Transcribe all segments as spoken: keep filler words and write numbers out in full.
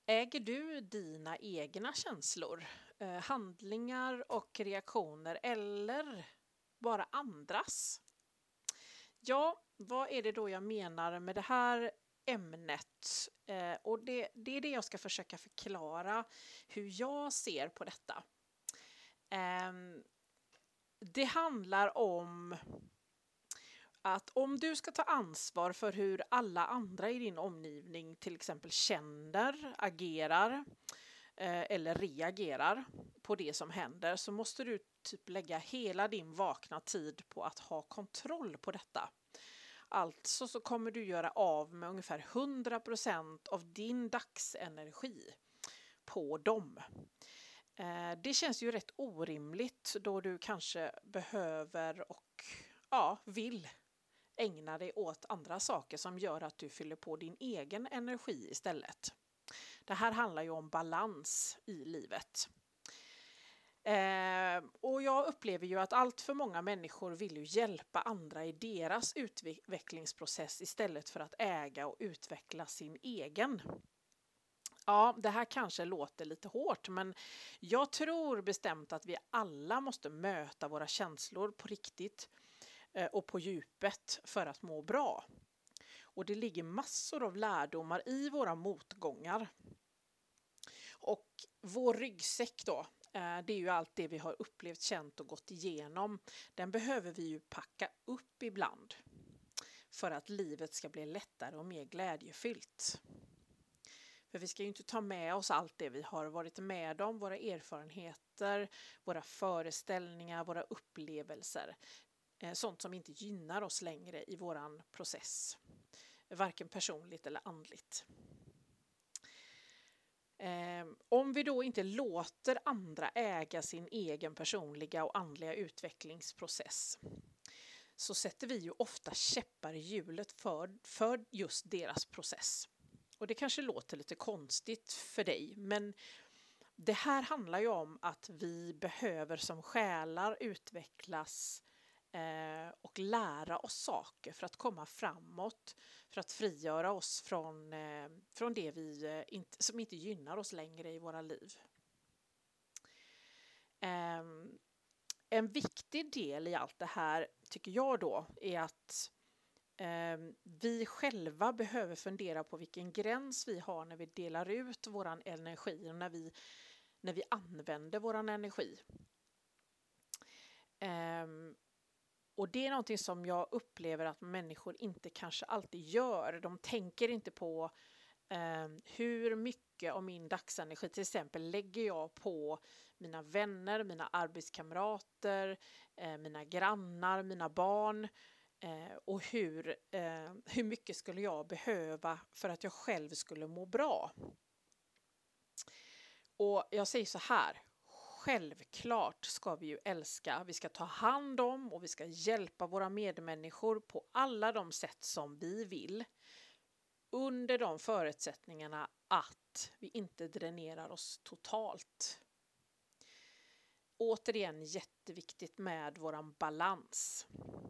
Äger du dina egna känslor, eh, handlingar och reaktioner eller bara andras? Ja, vad är det då jag menar med det här ämnet? Eh, och det, det är det jag ska försöka förklara hur jag ser på detta. Ehm, det handlar om att om du ska ta ansvar för hur alla andra i din omgivning till exempel känner, agerar eh, eller reagerar på det som händer, så måste du typ lägga hela din vakna tid på att ha kontroll på detta. Alltså så kommer du göra av med ungefär hundra procent av din dagsenergi på dem. Eh, det känns ju rätt orimligt då du kanske behöver och ja, vill ägna dig åt andra saker som gör att du fyller på din egen energi istället. Det här handlar ju om balans i livet. Eh, och jag upplever ju att allt för många människor vill ju hjälpa andra i deras utvecklingsprocess istället för att äga och utveckla sin egen. Ja, det här kanske låter lite hårt, men jag tror bestämt att vi alla måste möta våra känslor på riktigt och på djupet för att må bra. Och det ligger massor av lärdomar i våra motgångar. Och vår ryggsäck då, det är ju allt det vi har upplevt, känt och gått igenom. Den behöver vi ju packa upp ibland för att livet ska bli lättare och mer glädjefyllt. För vi ska ju inte ta med oss allt det vi har varit med om, våra erfarenheter, våra föreställningar, våra upplevelser. Sånt som inte gynnar oss längre i våran process, varken personligt eller andligt. Om vi då inte låter andra äga sin egen personliga och andliga utvecklingsprocess, så sätter vi ju ofta käppar i hjulet för, för just deras process. Och det kanske låter lite konstigt för dig, men det här handlar ju om att vi behöver som själar utvecklas eh, och lära oss saker för att komma framåt, för att frigöra oss från, eh, från det vi, eh, inte, som inte gynnar oss längre i våra liv. Eh, en viktig del i allt det här tycker jag då är att vi själva behöver fundera på vilken gräns vi har när vi delar ut våran energi och när vi, när vi använder våran energi. Um, och det är någonting som jag upplever att människor inte kanske alltid gör. De tänker inte på um, hur mycket av min dagsenergi till exempel lägger jag på mina vänner, mina arbetskamrater, uh, mina grannar, mina barn. Eh, och hur, eh, hur mycket skulle jag behöva för att jag själv skulle må bra? Och jag säger så här, självklart ska vi ju älska, vi ska ta hand om och vi ska hjälpa våra medmänniskor på alla de sätt som vi vill, under de förutsättningarna att vi inte dränerar oss totalt. Återigen jätteviktigt med våran balans.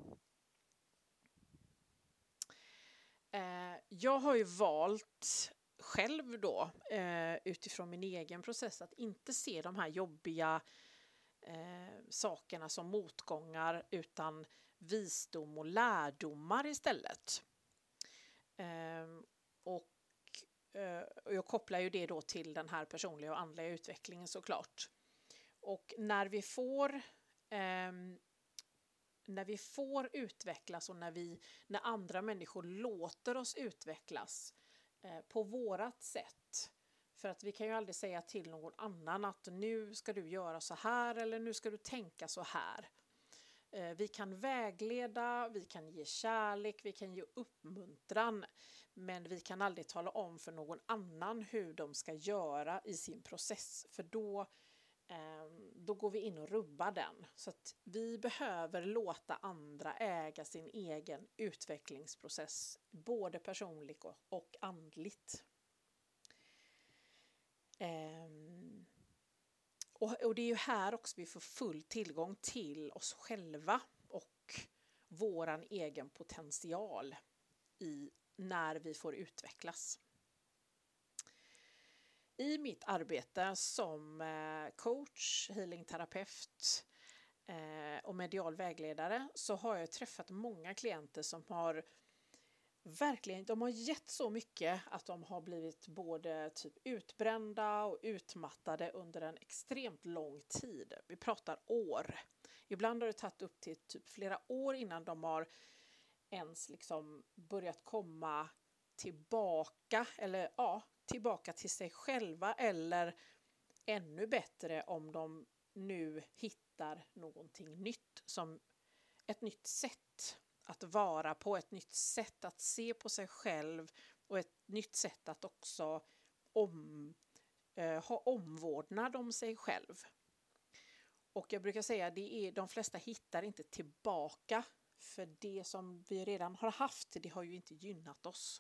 Jag har ju valt själv då utifrån min egen process att inte se de här jobbiga sakerna som motgångar utan visdom och lärdomar istället. Och jag kopplar ju det då till den här personliga och andliga utvecklingen såklart. Och när vi får När vi får utvecklas och när, vi, när andra människor låter oss utvecklas eh, på vårat sätt. För att vi kan ju aldrig säga till någon annan att nu ska du göra så här eller nu ska du tänka så här. Eh, vi kan vägleda, vi kan ge kärlek, vi kan ge uppmuntran. Men vi kan aldrig tala om för någon annan hur de ska göra i sin process. För då Då går vi in och rubbar den. Så att vi behöver låta andra äga sin egen utvecklingsprocess, både personligt och andligt. Och det är ju här också vi får full tillgång till oss själva och våran egen potential i när vi får utvecklas. I mitt arbete som eh, coach, healingterapeut eh, och medial vägledare så har jag träffat många klienter som har verkligen, de har gett så mycket att de har blivit både typ utbrända och utmattade under en extremt lång tid. Vi pratar år. Ibland har det tagit upp till typ flera år innan de har ens liksom börjat komma tillbaka eller ja, tillbaka till sig själva, eller ännu bättre om de nu hittar någonting nytt, som ett nytt sätt att vara på, ett nytt sätt att se på sig själv och ett nytt sätt att också om, eh, ha omvårdnad om sig själv. Och jag brukar säga att det är, de flesta hittar inte tillbaka, för det som vi redan har haft, det har ju inte gynnat oss.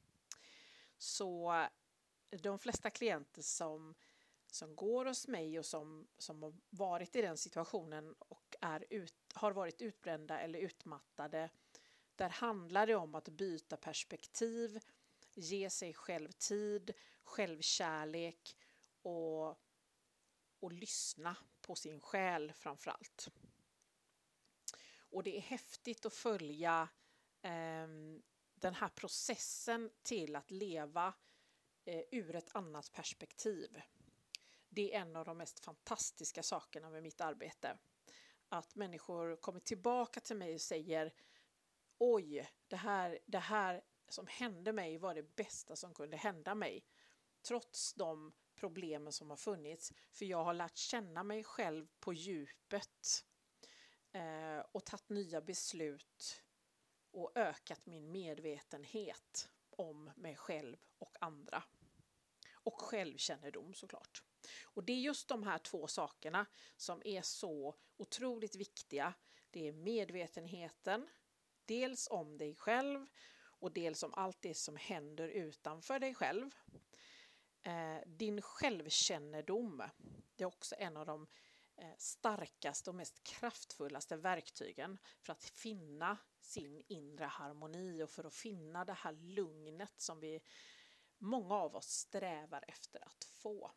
Så de flesta klienter som, som går hos mig och som, som har varit i den situationen och är ut, har varit utbrända eller utmattade, där handlar det om att byta perspektiv, ge sig själv tid, självkärlek och, och lyssna på sin själ framförallt. Och det är häftigt att följa eh, den här processen till att leva eh, ur ett annat perspektiv. Det är en av de mest fantastiska sakerna med mitt arbete. Att människor kommer tillbaka till mig och säger: oj, det här, det här som hände mig var det bästa som kunde hända mig. Trots de problemen som har funnits. För jag har lärt känna mig själv på djupet. Eh, och tagit nya beslut. Och ökat min medvetenhet om mig själv och andra. Och självkännedom såklart. Och det är just de här två sakerna som är så otroligt viktiga. Det är medvetenheten, dels om dig själv och dels om allt det som händer utanför dig själv. Eh, din självkännedom, det är också en av de eh, starkaste och mest kraftfullaste verktygen för att finna sin inre harmoni och för att finna det här lugnet som vi, många av oss, strävar efter att få.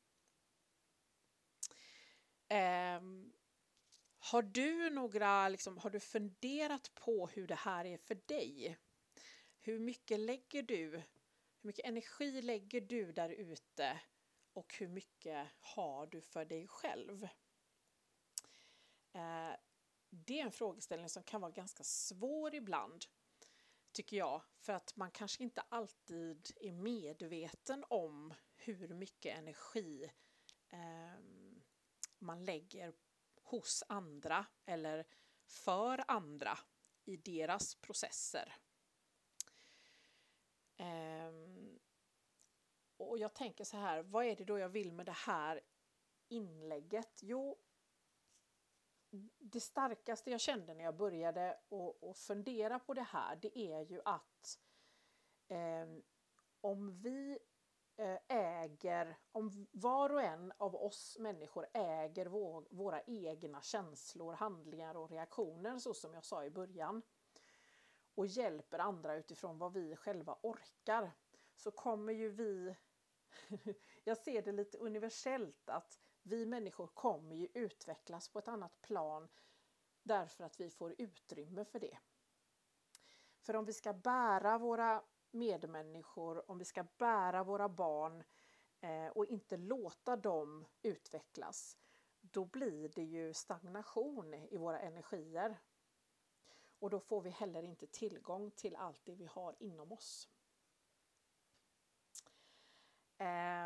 Eh, har du några, liksom, har du funderat på hur det här är för dig? Hur mycket lägger du, hur mycket energi lägger du där ute och hur mycket har du för dig själv? Eh, det är en frågeställning som kan vara ganska svår ibland, tycker jag, för att man kanske inte alltid är medveten om hur mycket energi eh, man lägger hos andra eller för andra i deras processer. Um, och jag tänker så här, vad är det då jag vill med det här inlägget? Jo, det starkaste jag kände när jag började och, och fundera på det här, det är ju att um, om vi äger, om var och en av oss människor äger vår, våra egna känslor, handlingar och reaktioner, så som jag sa i början, och hjälper andra utifrån vad vi själva orkar, så kommer ju vi, jag ser det lite universellt, att vi människor kommer ju utvecklas på ett annat plan därför att vi får utrymme för det. För om vi ska bära våra medmänniskor, om vi ska bära våra barn eh, och inte låta dem utvecklas, då blir det ju stagnation i våra energier. Och då får vi heller inte tillgång till allt det vi har inom oss. Eh,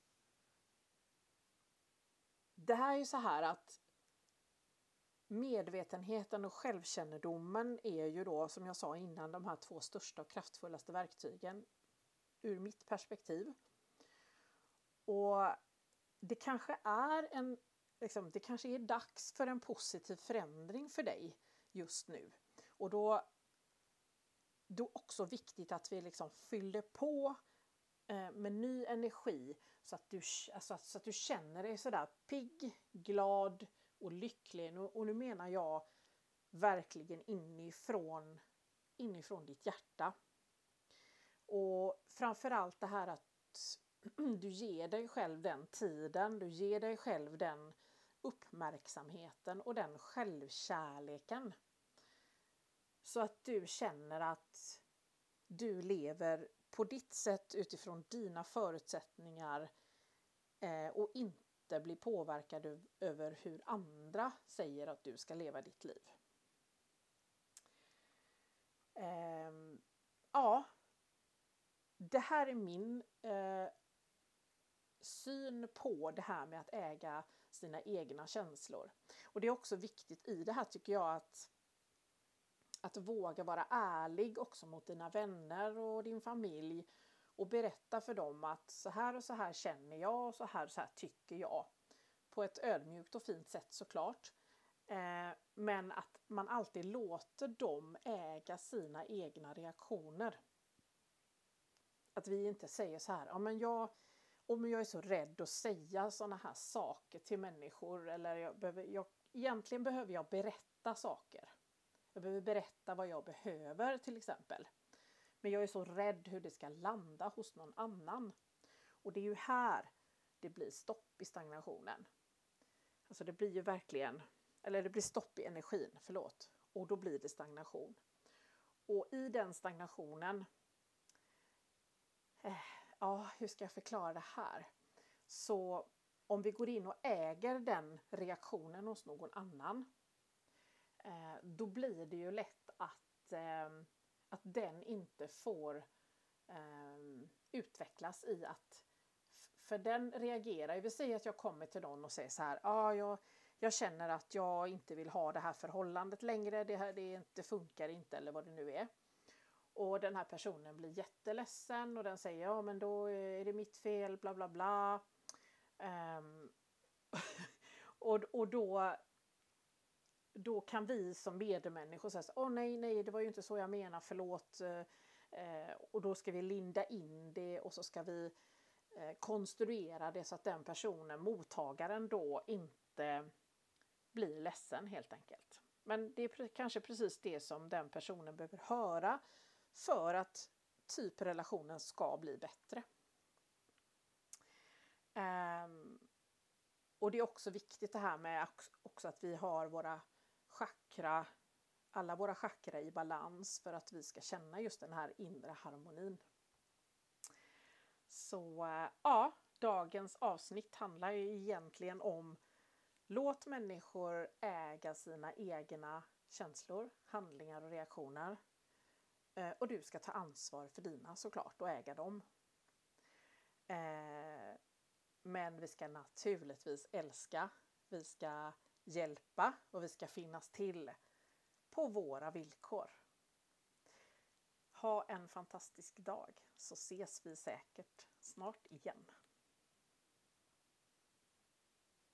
det här är ju så här att medvetenheten och självkännedomen är ju då, som jag sa innan, de här två största och kraftfullaste verktygen ur mitt perspektiv. Och det kanske är en, liksom, det kanske är dags för en positiv förändring för dig just nu. Och då, då är också viktigt att vi liksom fyller på eh, med ny energi så att du, alltså, så att du känner dig sådär pigg, glad och lycklig. Och nu menar jag verkligen inifrån, inifrån ditt hjärta. Och framförallt det här att du ger dig själv den tiden, du ger dig själv den uppmärksamheten och den självkärleken. Så att du känner att du lever på ditt sätt utifrån dina förutsättningar eh, och inte blir påverkad över hur andra säger att du ska leva ditt liv. Eh, ja, det här är min eh, syn på det här med att äga sina egna känslor. Och det är också viktigt i det här tycker jag att Att våga vara ärlig också mot dina vänner och din familj och berätta för dem att så här och så här känner jag och så här och så här tycker jag. På ett ödmjukt och fint sätt såklart. Eh, men att man alltid låter dem äga sina egna reaktioner. Att vi inte säger så här, ja men jag, om jag är så rädd att säga sådana här saker till människor eller jag behöver, jag, egentligen behöver jag berätta saker. Jag behöver berätta vad jag behöver till exempel. Men jag är så rädd hur det ska landa hos någon annan. Och det är ju här det blir stopp i stagnationen. Alltså det blir ju verkligen, eller det blir stopp i energin, förlåt. Och då blir det stagnation. Och i den stagnationen, eh, ja hur ska jag förklara det här? Så om vi går in och äger den reaktionen hos någon annan, då blir det ju lätt att, att den inte får utvecklas i att, för den reagerar. Jag vill säga att jag kommer till någon och säger så här, ah, jag, jag känner att jag inte vill ha det här förhållandet längre, det här det inte funkar inte eller vad det nu är. Och den här personen blir jätteledsen och den säger, ja men då är det mitt fel, bla bla bla. Um, och, och då Då kan vi som medmänniskor säga åh nej, nej, det var ju inte så jag menar, förlåt. Eh, och då ska vi linda in det och så ska vi eh, konstruera det så att den personen, mottagaren då inte blir ledsen helt enkelt. Men det är kanske precis det som den personen behöver höra för att typ relationen ska bli bättre. Um, och det är också viktigt det här med också att vi har våra chakra, alla våra chakra i balans för att vi ska känna just den här inre harmonin. Så ja, dagens avsnitt handlar ju egentligen om låt människor äga sina egna känslor, handlingar och reaktioner. Och du ska ta ansvar för dina såklart och äga dem. Men vi ska naturligtvis älska, vi ska hjälpa och vi ska finnas till på våra villkor. Ha en fantastisk dag så ses vi säkert snart igen.